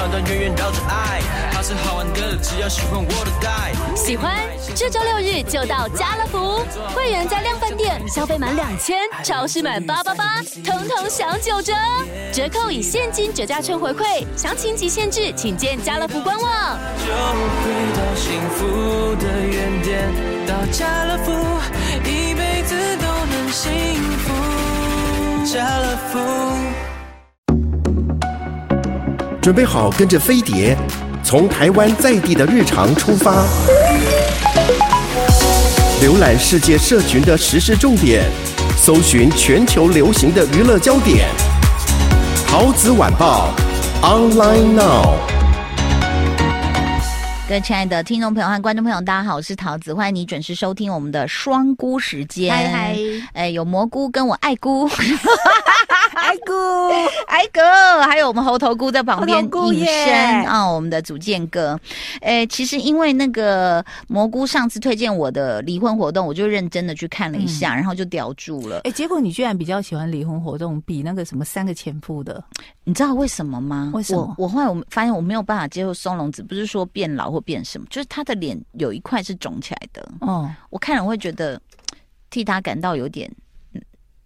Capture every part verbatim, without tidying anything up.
短短圆圆绕着爱，好吃好玩的，只要喜欢我的带。 喜欢这周六日就到家乐福，会员在量贩店消费满两千，超市满八八八，统统享九折，折扣以现金折价券回馈，详情及限制请见家乐福官网。 就回到幸福的原点，到家乐福，一辈子都能幸福。家乐福。 准备好跟着飞碟，从台湾在地的日常出发，浏览世界社群的时事重点，搜寻全球流行的娱乐焦点。桃子晚报 Online Now。 各位亲爱的听众朋友和观众朋友，大家好，我是桃子，欢迎你准时收听我们的双菇时间。 嗨嗨， 哎，有蘑菇跟我爱菇， 爱菇爱哥，还有我们猴头菇在旁边隐身啊，我们的祖建哥。哎，其实因为那个蘑菇上次推荐我的离婚活动，我就认真的去看了一下，嗯、然后就叼住了。 哎，结果你居然比较喜欢离婚活动，比那个什么三个前夫的， 你知道为什么吗？ 为什么？ 我我后来我发现我没有办法接受松隆子，不是说变老或变什么，就是他的脸有一块是肿起来的。哦，我看人会觉得替他感到有点，嗯、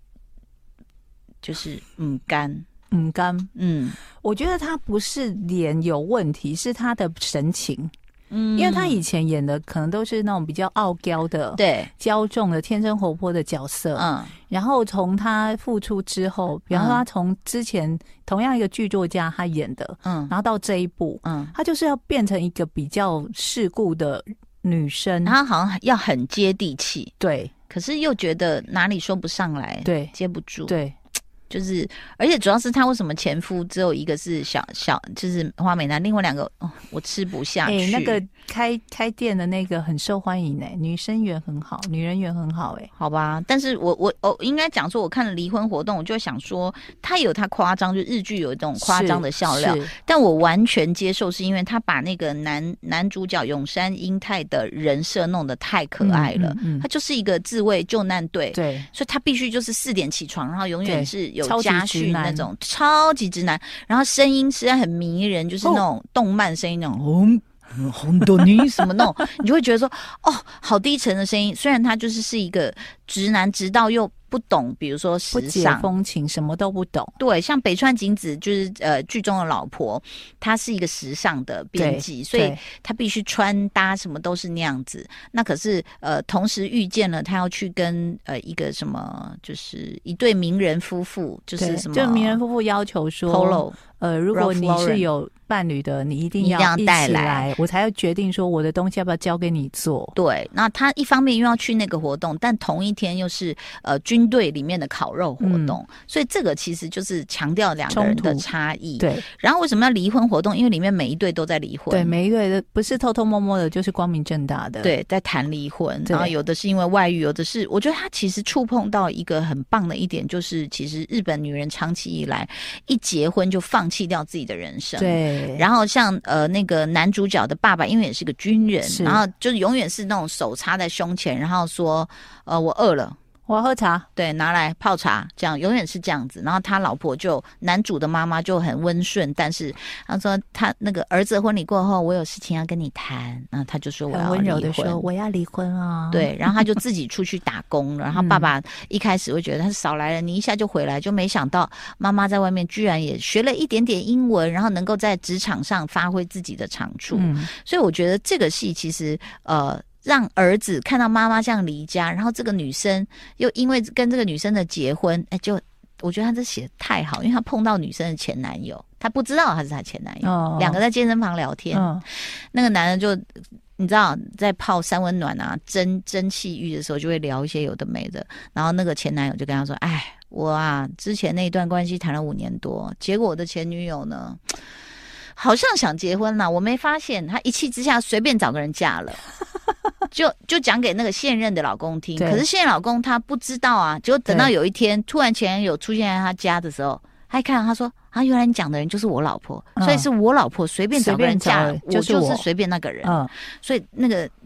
就是嗯干嗯干嗯， 我觉得他不是脸有问题，是他的神情。嗯，因为他以前演的可能都是那种比较傲娇的、 对骄纵的、天真活泼的角色。嗯，然后从他复出之后，比方说他从之前同样一个剧作家他演的，嗯，然后到这一部，嗯，他就是要变成一个比较世故的女生， 他好像要很接地气， 对， 可是又觉得哪里说不上来， 对， 接不住， 对。 就是，而且主要是他为什么前夫只有一个是小小，就是花美男，另外两个、哦、我吃不下去。 哎、欸，那个开开店的那个很受欢迎哎、欸，女生缘很好，女人缘很好哎、欸， 好吧。但是我我我应该讲说，我看了离婚活动，我就想说，他有他夸张，就日剧有一种夸张的笑料，但我完全接受，是因为他把那个男男主角永山英太的人设弄得太可爱了，嗯嗯嗯、他就是一个自卫救难队， 对， 所以他必须就是四点起床，然后永远是有。有家训那种超级直男，然后声音实在很迷人，就是那种动漫声音那种红红的女什么那种，你就会觉得说哦，好低沉的声音。虽然他就是是一个直男，直到又不懂，比如说时尚、 不解风情，什么都不懂。 对，像北川景子就是呃剧中的老婆，她是一个时尚的编辑，所以她必须穿搭什么都是那样子。那可是呃，同时遇见了她要去跟呃一个什么，就是一对名人夫妇，就是什么， 就名人夫妇要求说 Polo。 呃，如果你是有伴侣的，你一定要一起来，来我才要决定说我的东西要不要交给你做。 对，那他一方面又要去那个活动，但同一天又是呃军队里面的烤肉活动，嗯、所以这个其实就是强调两个人的差异。 对， 然后为什么要离婚活动？因为里面每一对都在离婚， 对，每一对的不是偷偷摸摸的，就是光明正大的， 对，在谈离婚。然后有的是因为外遇，有的是我觉得他其实触碰到一个很棒的一点，就是其实日本女人长期以来一结婚就放弃掉自己的人生， 对。 然后像呃那个男主角的爸爸，因为也是个军人，然后就永远是那种手插在胸前，然后说呃我饿了。 我要喝茶， 对，拿来泡茶，这样永远是这样子。然后他老婆就男主的妈妈就很温顺，但是他说他那个儿子婚礼过后，我有事情要跟你谈，然后他就说我要离婚，很温柔的说我要离婚啊、哦。 对，然后他就自己出去打工了。然后爸爸一开始会觉得他是少来了，你一下就回来，就没想到妈妈在外面居然也学了一点点英文，然后能够在职场上发挥自己的长处。嗯、所以我觉得这个戏其实呃。让儿子看到妈妈这样离家，然后这个女生又因为跟这个女生的结婚，哎，就我觉得他这写得太好，因为他碰到女生的前男友，他不知道他是他前男友，哦、两个在健身房聊天，哦、那个男人就你知道在泡三温暖啊、蒸蒸汽浴的时候，就会聊一些有的没的，然后那个前男友就跟他说：“哎，我啊之前那一段关系谈了五年多，结果我的前女友呢。”好像想结婚啦，我没发现，他一气之下随便找个人嫁了，就就讲给那个现任的老公听。可是现任老公他不知道啊，结果等到有一天突然前男友出现在他家的时候，他一看他说啊，原来你讲的人就是我老婆，嗯、所以是我老婆随便找个人嫁了，我就是随便那个人。嗯、所以那个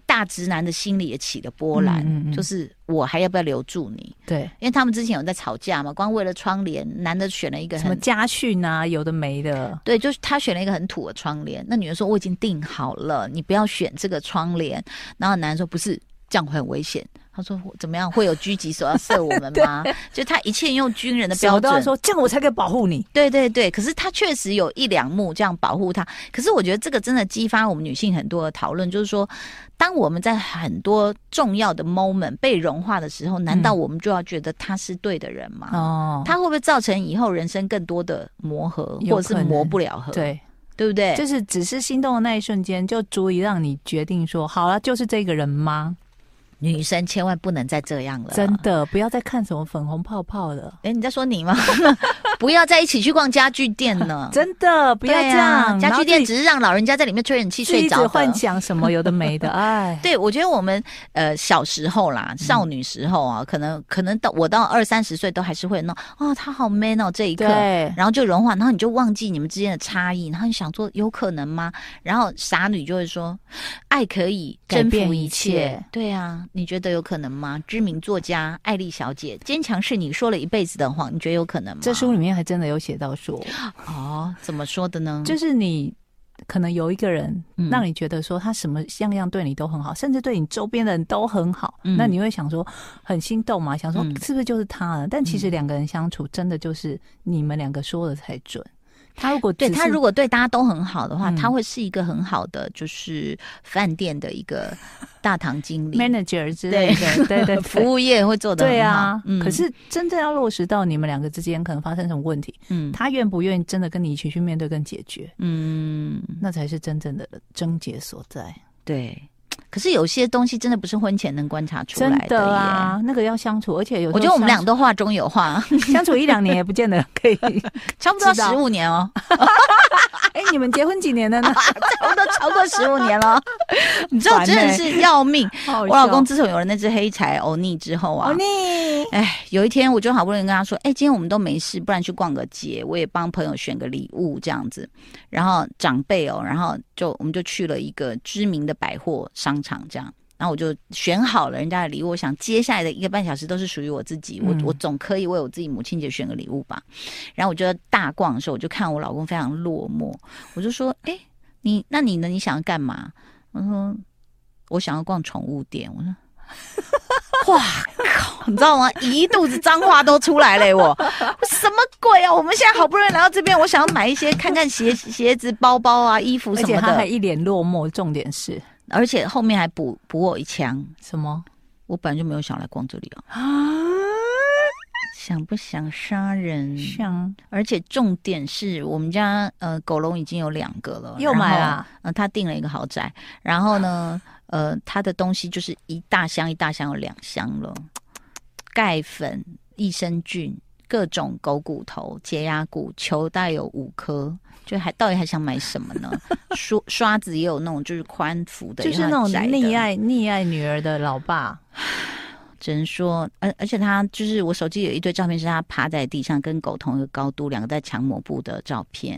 大直男的心里也起了波澜，嗯嗯嗯就是我还要不要留住你？ 对， 因为他们之前有在吵架嘛，光为了窗帘，男的选了一个什么家训啊，有的没的。 对，就是他选了一个很土的窗帘，那女人说我已经订好了，你不要选这个窗帘。然后男人说不是，这样会很危险。他说怎么样，会有狙击手要射我们吗？就他一切用军人的标准， 都要说这样我才可以保护你。 对对对，可是他确实有一两幕这样保护他。可是我觉得这个真的激发我们女性很多的讨论，就是说当我们在很多重要的 moment 被融化的时候，难道我们就要觉得他是对的人吗？哦，他会不会造成以后人生更多的磨合，或者是磨不了合？ 对， 对不对？ 就是只是心动的那一瞬间就足以让你决定说好了，就是这个人吗？ 女生千万不能再这样了， 真的不要再看什么粉红泡泡了。 哎，你在说你吗？不要再一起去逛家具店了， 真的不要这样。 啊、家具店只是让老人家在里面吹冷气睡着的， 一直幻想什么有的没的。哎， 对，我觉得我们呃小时候啦，少女时候啊，嗯、可能可能到我到二三十岁都还是会弄哦，他好 man 哦这一刻，然后就融化，然后你就忘记你们之间的差异，然后你想说有可能吗？然后傻女就会说，爱可以征服一切。对啊。你觉得有可能吗？知名作家艾丽小姐，坚强是你说了一辈子的谎，你觉得有可能吗？ 这书里面还真的有写到说， 哦，怎么说的呢？ 就是你可能有一个人让你觉得说他什么样样对你都很好，嗯、甚至对你周边的人都很好，嗯、那你会想说很心动嘛？想说是不是就是他了？嗯、但其实两个人相处，真的就是你们两个说的才准。他如果对他如果对大家都很好的话，嗯、他会是一个很好的就是饭店的一个大堂经理 manager 之类的，对 对, 对， 服务业会做得很好。 对啊，嗯、可是真正要落实到你们两个之间可能发生什么问题，嗯，他愿不愿意真的跟你一起去面对跟解决，嗯，那才是真正的症结所在。 对。可是有些东西真的不是婚前能观察出来的耶， 真的啊，那个要相处，而且有时候我觉得我们俩都话中有话， 相处一两年也不见得可以， 差不多十五年哦。 哎、欸，你们结婚几年了呢？ 差不多超过十五年了。你知道真的是要命。我老公自从有了那只黑柴欧尼之后啊， 欧尼， 哎，有一天我就好不容易跟他说，哎、欸，今天我们都没事，不然去逛个街，我也帮朋友选个礼物这样子。然后长辈哦，然后就我们就去了一个知名的百货商场这样。然后我就选好了人家的礼物，我想接下来的一个半小时都是属于我自己，我我总可以为我自己母亲节选个礼物吧。然后我就大逛的时候，我就看我老公非常落寞，我就说：“哎，你那你呢？你想要干嘛？”我说：“我想要逛宠物店。”我说：“哇靠，你知道吗？一肚子脏话都出来了，我我什么鬼啊？我们现在好不容易来到这边，我想要买一些看看鞋鞋子、包包啊、衣服什么的。”而且他还一脸落寞，重点是。 而且后面还补补我一枪， 什么？ 我本来就没有想来逛这里啊！想不想杀人？ 想。 而且重点是我们家呃狗笼已经有两个了， 又买了。 呃，他订了一个豪宅，然后呢，呃，他的东西就是一大箱一大箱有两箱了，钙粉、益生菌、各种狗骨头、洁牙骨，球大有五颗。就还到底还想买什么呢？刷刷子也有那种就是宽幅的， 就是那种溺爱溺爱女儿的老爸。 只能说，而而且他就是我手机有一堆照片，是他趴在地上跟狗同一个高度，两个在抢抹布的照片。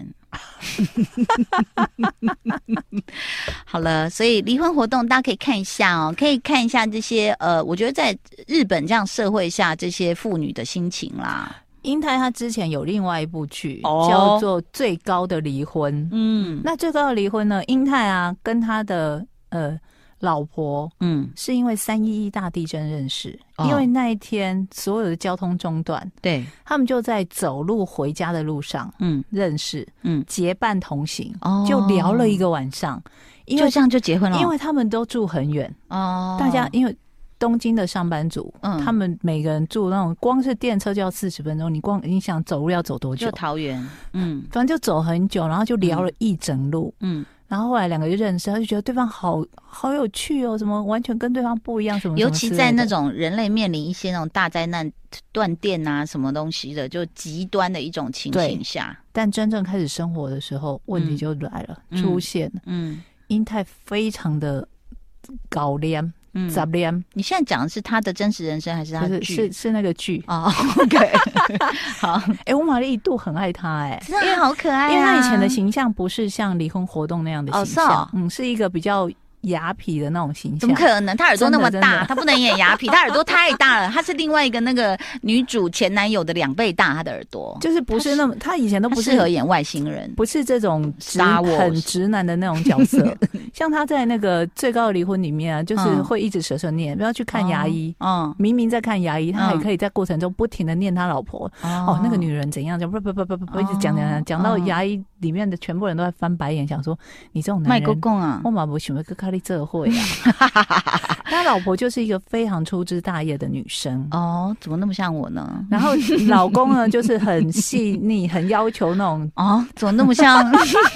好了，所以离婚活动大家可以看一下哦，可以看一下这些呃，我觉得在日本这样社会下，这些妇女的心情啦。 英泰他之前有另外一部剧、哦、叫做《最高的离婚》。嗯，那最高的离婚呢？英泰啊跟他的呃老婆，嗯，是因为三一一大地震认识、哦，因为那一天所有的交通中断， 对， 他们就在走路回家的路上，嗯，认识，嗯，结伴同行，哦，就聊了一个晚上，因为就这样就结婚了， 因为他们都住很远，哦，大家因为。东京的上班族、嗯，他们每个人住那种，光是电车就要四十分钟。你光你想走路要走多久？ 就桃园，嗯， 反正就走很久，然后就聊了一整路，嗯，然后后来两个就认识，他就觉得对方好好有趣哦，什么完全跟对方不一样，什么什么， 尤其在那种人类面临一些那种大灾难、断电啊什么东西的，就极端的一种情形下， 但真正开始生活的时候，问题就来了，嗯、出现了，嗯，英泰非常的高廉。嗯，杂念。 你现在讲的是他的真实人生还是他的剧？ 是是那个剧哦。OK， 好。 哎、欸，我玛丽一度很爱他、欸，哎， 真的好可爱、啊。 因为他以前的形象不是像离婚活动那样的形象，哦、是哦、嗯，是一个比较雅痞的那种形象。 怎么可能？他耳朵那么大，他不能演雅痞，他耳朵太大了，他是另外一个那个女主前男友的两倍大，他的耳朵就是不是那么，他以前都不适合演外星人， 不是这种直很直男的那种角色。像他在那个最高的离婚里面啊，就是会一直舌舌念，不要去看牙医，嗯，明明在看牙医，他还可以在过程中不停的念他老婆，哦，那个女人怎样，就不不不不不一直讲讲讲，讲到牙医里面的全部人都在翻白眼，想说你这种男人， 啊， 我嘛不想要跟咖喱这会啊。他老婆就是一个非常粗枝大叶的女生哦，怎么那么像我呢？ 然后老公呢，就是很细腻，很要求那种哦，怎么那么像？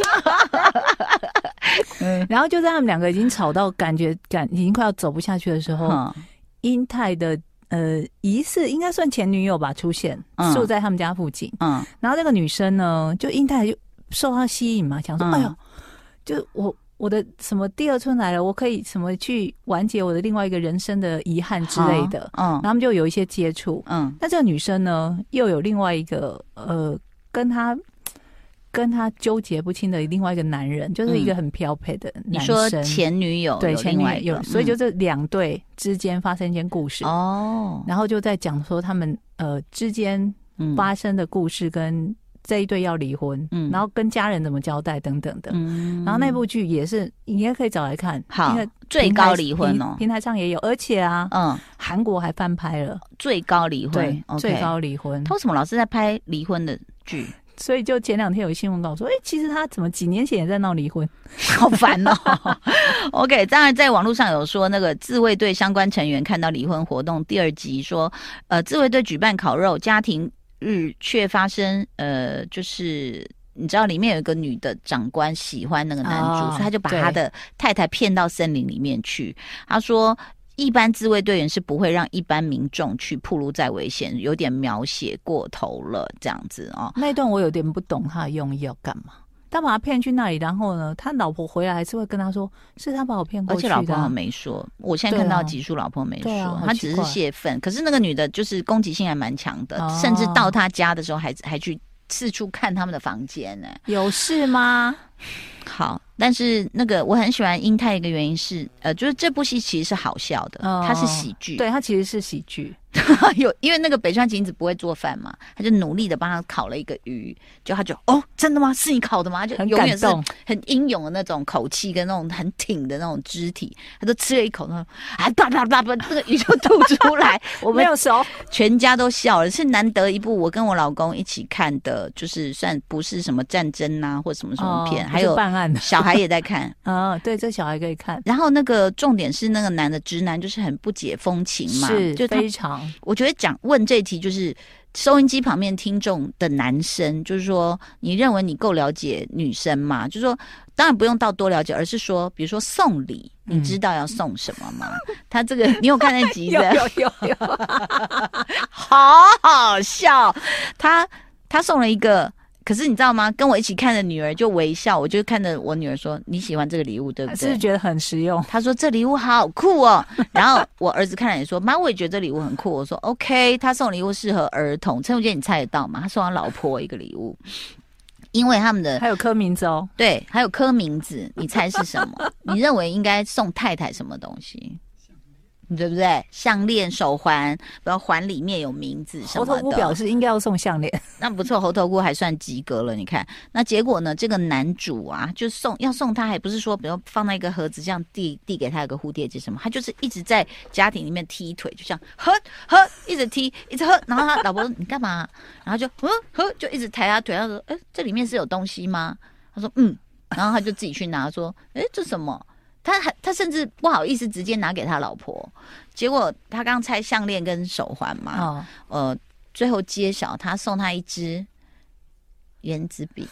嗯，然后就在他们两个已经吵到感觉感已经快要走不下去的时候，英泰的呃疑似应该算前女友吧出现，嗯、住在他们家附近。嗯，然后那个女生呢，就英泰就受他吸引嘛，想说，嗯、哎呦，就我我的什么第二春来了，我可以什么去完结我的另外一个人生的遗憾之类的。嗯，然后他们就有一些接触。嗯，那这个女生呢，又有另外一个呃跟他。跟他纠结不清的另外一个男人，就是一个很飘配的男生。 你说前女友， 对，前女友，嗯、所以就这两对之间发生一件故事哦，然后就在讲说他们呃之间发生的故事跟这一对要离婚，嗯，然后跟家人怎么交代等等的，嗯，然后那部剧也是你也可以找来看， 好，最高离婚哦， 平台上也有，而且啊，嗯，韩国还翻拍了最高离婚， 对， okay, 最高离婚， 他为什么老是在拍离婚的剧？ 所以就前两天有新闻稿说，哎、欸，其实他怎么几年前也在闹离婚， 好烦哦。OK， 当然在网络上有说，那个自卫队相关成员看到离婚活动第二集说，呃，自卫队举办烤肉家庭日，却发生呃，就是你知道里面有一个女的长官喜欢那个男主，哦、所以他就把他的太太骗到森林里面去。他说。一般自卫队员是不会让一般民众去暴露在危险，有点描写过头了，这样子哦。 那一段我有点不懂他的用意要干嘛。他把他骗去那里，然后呢，他老婆回来还是会跟他说，是他把我骗过去的、啊。 而且老婆没说，我现在看到集数，老婆没说，啊、他只是泄愤。可是那个女的，就是攻击性还蛮强的，哦、甚至到他家的时候还还去四处看他们的房间呢。 有事吗？ 好，但是那个我很喜欢英泰一个原因是，呃，就是这部戏其实是好笑的，哦、它是喜剧， 对，它其实是喜剧。 有因为那个北川景子不会做饭嘛，他就努力的帮他烤了一个鱼，就他就哦，真的吗？是你烤的吗？就永远是很英勇的那种口气跟那种很挺的那种肢体，他就吃了一口，然后啊叭叭叭叭，这个鱼就吐出来，我们没有熟， 全家都笑了，是难得一部我跟我老公一起看的，就是算不是什么战争啊或什么什么片， 哦、 还有办案的小孩也在看， 哦，对，这小孩可以看。 然后那个重点是那个男的直男就是很不解风情嘛， 是， 就非常。 我觉得讲问这一题就是收音机旁边听众的男生，就是说你认为你够了解女生吗？就是说当然不用到多了解，而是说比如说送礼，嗯、你知道要送什么吗？他这个你有看那集的？ 有有有，有好好笑。他他送了一个。可是你知道吗？跟我一起看的女儿就微笑，我就看着我女儿说：“你喜欢这个礼物，对不对？” 是不是觉得很实用？ 她说：“这礼物好酷哦。”然后我儿子看了也说：“妈，我也觉得这礼物很酷。”我说 ：“OK， 他送礼物适合儿童。”陈永健，你猜得到吗？他送他老婆一个礼物，因为他们的还有刻名字哦， 对，还有刻名字，你猜是什么？你认为应该送太太什么东西？对不对？项链、手环，然后环里面有名字什么的。 猴头菇表示应该要送项链， 那不错，猴头菇还算及格了。你看，那结果呢？这个男主啊，就送要送他，还不是说比如放在一个盒子这样递递给他一个蝴蝶结什么，他就是一直在家庭里面踢腿，就像喝喝一直踢一直喝，然后他老婆说你干嘛？然后就喝喝就一直抬他腿，他说哎、欸、这里面是有东西吗？他说嗯，然后他就自己去拿，说哎、欸、这什么？他还他甚至不好意思直接拿给他老婆，结果他刚拆项链跟手环嘛，哦、呃，最后揭晓他送他一支原子笔。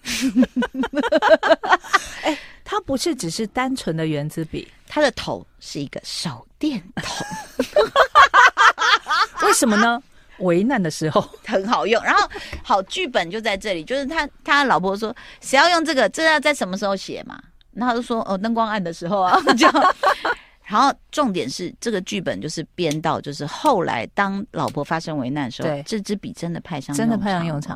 哎、欸，他不是只是单纯的原子笔， 他的头是一个手电筒。 为什么呢？危难的时候很好用，然后好剧本就在这里，就是他他老婆说谁要用这个，这要在什么时候写嘛？然后他就说哦，灯光暗的时候啊，这样。然后重点是这个剧本就是编到，就是后来当老婆发生危难的时候，这支笔真的派上用场， 真的派上用场。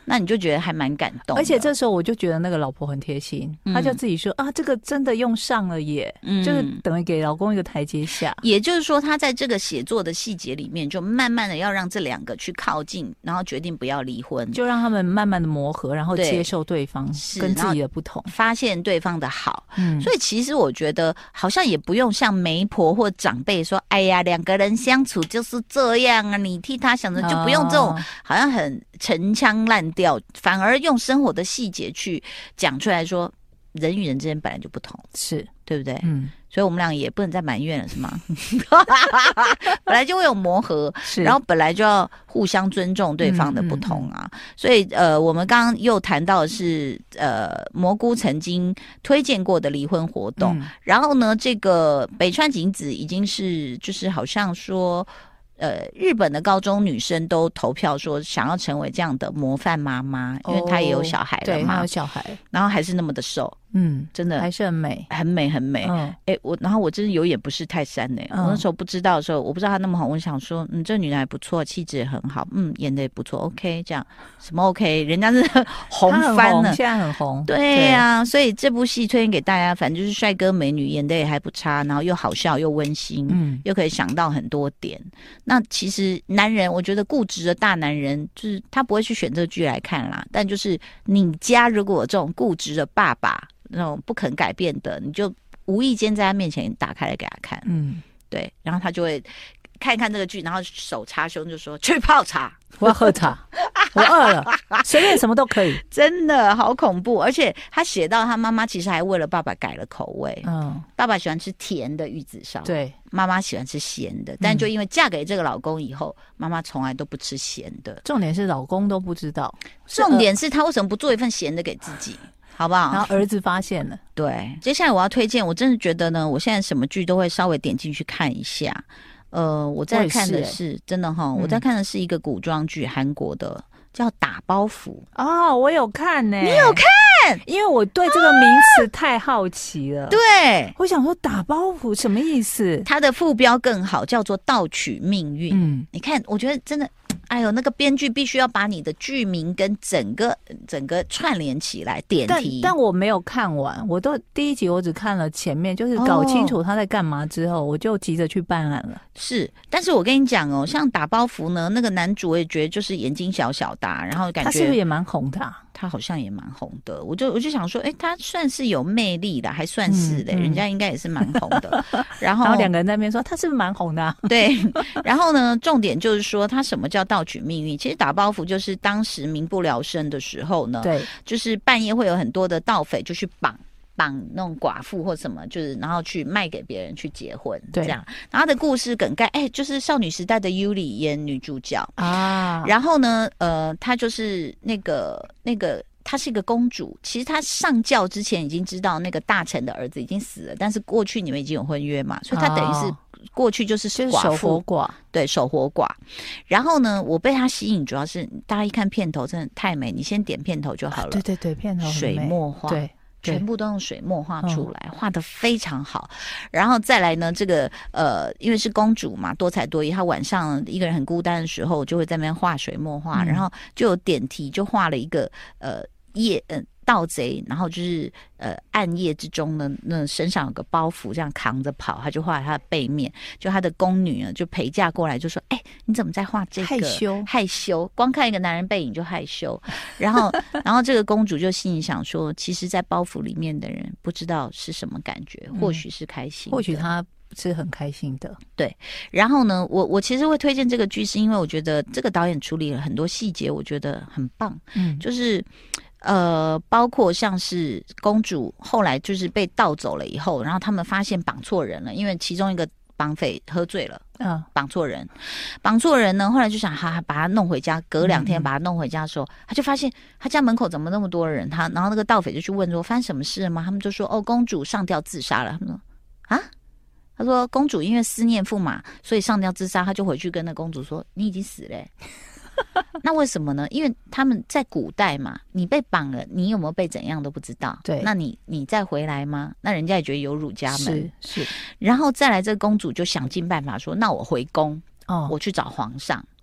那你就觉得还蛮感动的。 而且这时候我就觉得那个老婆很贴心，嗯、她就自己说啊，这个真的用上了耶，嗯、就是等于给老公一个台阶下。 也就是说，他在这个写作的细节里面，就慢慢的要让这两个去靠近，然后决定不要离婚， 就让他们慢慢的磨合，然后接受对方跟自己的不同， 发现对方的好。嗯，所以其实我觉得好像也不用像媒婆或长辈说，哎呀，两个人相处就是这样啊，你替他想着，就不用这种好像很陈腔滥调，反而用生活的细节去讲出来说，人与人之间本来就不同， 是对不对？ 嗯， 所以我们俩也不能再埋怨了，是吗？本来就会有磨合，然后本来就要互相尊重对方的不同啊。嗯嗯嗯，所以呃，我们刚刚又谈到的是呃，蘑菇曾经推荐过的离婚活动，嗯、然后呢，这个北川景子已经是就是好像说。呃，日本的高中女生都投票说想要成为这样的模范妈妈，因为她也有小孩了嘛， 对，她有小孩， 然后还是那么的瘦， 嗯， 真的还是很美， 很美，很美。嗯，哎、欸，我然后我真的有眼不识泰山呢、欸。嗯、我那时候不知道的时候，我不知道她那么红，我想说，嗯，这女人还不错，气质也很好，嗯，演的也不错 ，OK， 这样什么 OK， 人家是红翻了， 现在很红， 对呀、啊，所以这部戏推荐给大家，反正就是帅哥美女，演的也还不差，然后又好笑又温馨，嗯，又可以想到很多点。那其实男人，我觉得固执的大男人，就是他不会去选这个剧来看啦。但就是你家如果有这种固执的爸爸，那种不肯改变的，你就无意间在他面前打开来给他看，嗯，对，然后他就会看一看这个剧，然后手插胸就说去泡茶， 我要喝茶，我饿了，随便什么都可以， 真的好恐怖。而且他写到他妈妈其实还为了爸爸改了口味，嗯，爸爸喜欢吃甜的玉子烧， 对， 妈妈喜欢吃咸的，但就因为嫁给这个老公以后，妈妈从来都不吃咸的。 重点是老公都不知道， 重点是他为什么不做一份咸的给自己？好不好？ 然后儿子发现了。 对，接下来我要推荐，我真的觉得呢，我现在什么剧都会稍微点进去看一下。呃，我在看的是, 是真的哈，嗯、我在看的是一个古装剧，韩国的，叫《打包服》。 哦，我有看呢、欸， 你有看？ 因为我对这个名词太好奇了。 对， 我想说打包服什么意思？ 它的副标更好，叫做《盗取命运》。嗯，你看，我觉得真的。哎呦，那个编剧必须要把你的剧名跟整个整个串联起来点题， 但但我没有看完，我都第一集我只看了前面，就是搞清楚他在干嘛之后，哦、我就急着去办案了。 是，但是我跟你讲哦，像打包服呢，那个男主我也觉得就是眼睛小小的，然后感觉他是不是也蛮红的、啊？ 他好像也蛮红的，我就我就想说，哎、欸，他算是有魅力的，还算是的、欸，嗯嗯、人家应该也是蛮红的。然后， 然后两个人在那边说他是不是蛮红的、啊？ 对。然后呢，重点就是说，他什么叫盗取命运？其实打包服就是当时民不聊生的时候呢， 对， 就是半夜会有很多的盗匪就去绑。绑那种寡妇或什么，就是然后去卖给别人去结婚，这样。然后他的故事梗概，哎、欸，就是少女时代的优里演女主角啊。然后呢，呃，她就是那个那个，她是一个公主。其实她上轿之前已经知道那个大臣的儿子已经死了，但是过去你们已经有婚约嘛，所以她等于是。过去就是寡妇， 守活寡， 对，守活寡。然后呢，我被他吸引，主要是大家一看片头真的太美，你先点片头就好了。啊、 对对对，片头水墨画， 对。 全部都用水墨画出来，画得非常好。然后再来呢，这个呃，因为是公主嘛，多才多艺，她晚上一个人很孤单的时候，就会在那边画水墨画，嗯、然后就有点题，就画了一个呃夜嗯。呃盗贼，然后就是呃暗夜之中呢，那身上有个包袱，这样扛着跑，他就画他的背面，就他的宫女呢就陪嫁过来，就说：“哎、欸，你怎么在画这个？ 害羞， 害羞，光看一个男人背影就害羞。”然后，然后这个公主就心里想说：“其实，在包袱里面的人不知道是什么感觉，或许是开心、嗯， 或许他是很开心的。” 对。然后呢，我我其实会推荐这个剧，是因为我觉得这个导演处理了很多细节，我觉得很棒。嗯，就是。呃，包括像是公主后来就是被盗走了以后，然后他们发现绑错人了，因为其中一个绑匪喝醉了，嗯，绑错人，绑错人呢，后来就想哈哈把他弄回家，隔两天把他弄回家的时候，嗯、他就发现他家门口怎么那么多人，他然后那个盗匪就去问说发生什么事了吗？他们就说哦，公主上吊自杀了。他们说啊，他说公主因为思念驸马，所以上吊自杀，他就回去跟那公主说你已经死了、欸。那为什么呢？因为他们在古代嘛，你被绑了，你有没有被怎样都不知道。 对， 那你你再回来吗？那人家也觉得有辱家门。 是是。 然后再来，这个公主就想尽办法说：“那我回宫，哦，我去找皇上。”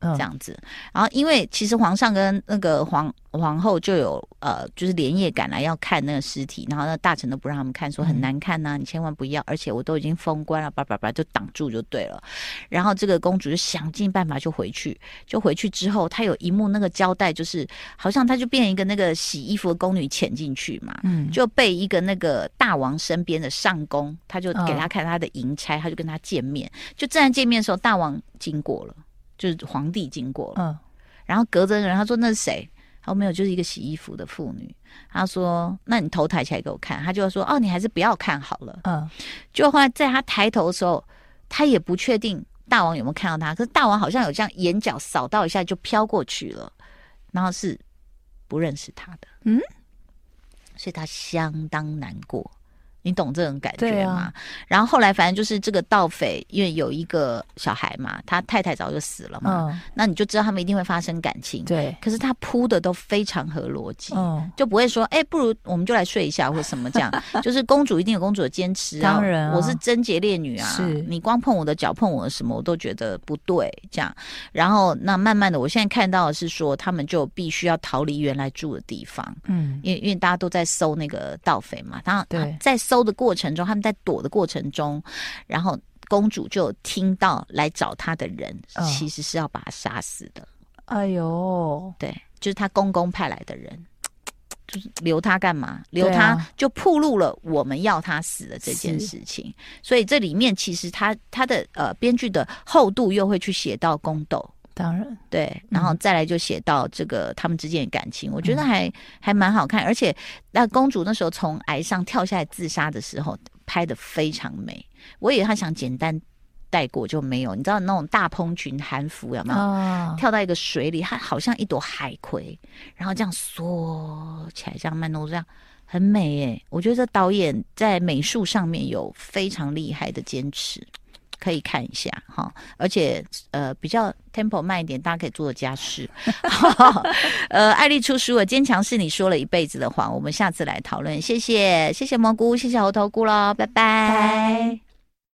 这样子。然后因为其实皇上跟那个皇皇后就有呃，就是连夜赶来要看那个尸体，然后那大臣都不让他们看，说很难看呐、啊，你千万不要，而且我都已经封官了，叭叭叭就挡住就对了。然后这个公主就想尽办法就回去，就回去之后，她有一幕那个交代，就是好像她就变成一个那个洗衣服的宫女潜进去嘛，嗯，就被一个那个大王身边的上宫，他就给他看他的银钗，他就跟他见面，就正在见面的时候，大王经过了，就是皇帝经过了，嗯，然后隔着人，他说那是谁？他说没有，就是一个洗衣服的妇女。他说那你头抬起来给我看，他就说哦，你还是不要看好了，嗯，就后来在他抬头的时候，他也不确定大王有没有看到他，可是大王好像有这样眼角扫到一下就飘过去了，然后是不认识他的，嗯，所以他相当难过。你懂这种感觉吗？啊、然后后来反正就是这个盗匪，因为有一个小孩嘛，他太太早就死了嘛，嗯、那你就知道他们一定会发生感情。 对， 可是他铺的都非常合逻辑，嗯、就不会说，哎、欸，不如我们就来睡一下或什么这样。就是公主一定有公主的坚持啊， 当然、啊， 我是贞洁烈女啊， 是你光碰我的脚碰我的什么，我都觉得不对这样。然后那慢慢的，我现在看到的是说，他们就必须要逃离原来住的地方，嗯，因为因为大家都在搜那个盗匪嘛，当然在搜的过程中，他们在躲的过程中，然后公主就听到来找她的人、哦、其实是要把她杀死的。 哎呦， 对，就是她公公派来的人，就是留她干嘛？留她就暴露了我们要她死的这件事情。所以这里面其实他他的呃编剧的厚度又会去写到宫斗。 当然， 对，然后再来就写到这个、嗯、他们之间的感情，我觉得还、嗯、还蛮好看，而且那公主那时候从崖上跳下来自杀的时候，拍得非常美。我以为她想简单带过，就没有。你知道那种大蓬裙韩服有没有？哦、跳到一个水里，它好像一朵海葵，然后这样缩起来，这样慢动作，这样很美耶。我觉得这导演在美术上面有非常厉害的坚持。可以看一下哈，而且呃比较 tempo 慢一点，大家可以做家事。呃，艾丽出书了，坚强是你说了一辈子的谎，我们下次来讨论。谢谢，谢谢蘑菇，谢谢猴头菇咯，拜拜。拜拜。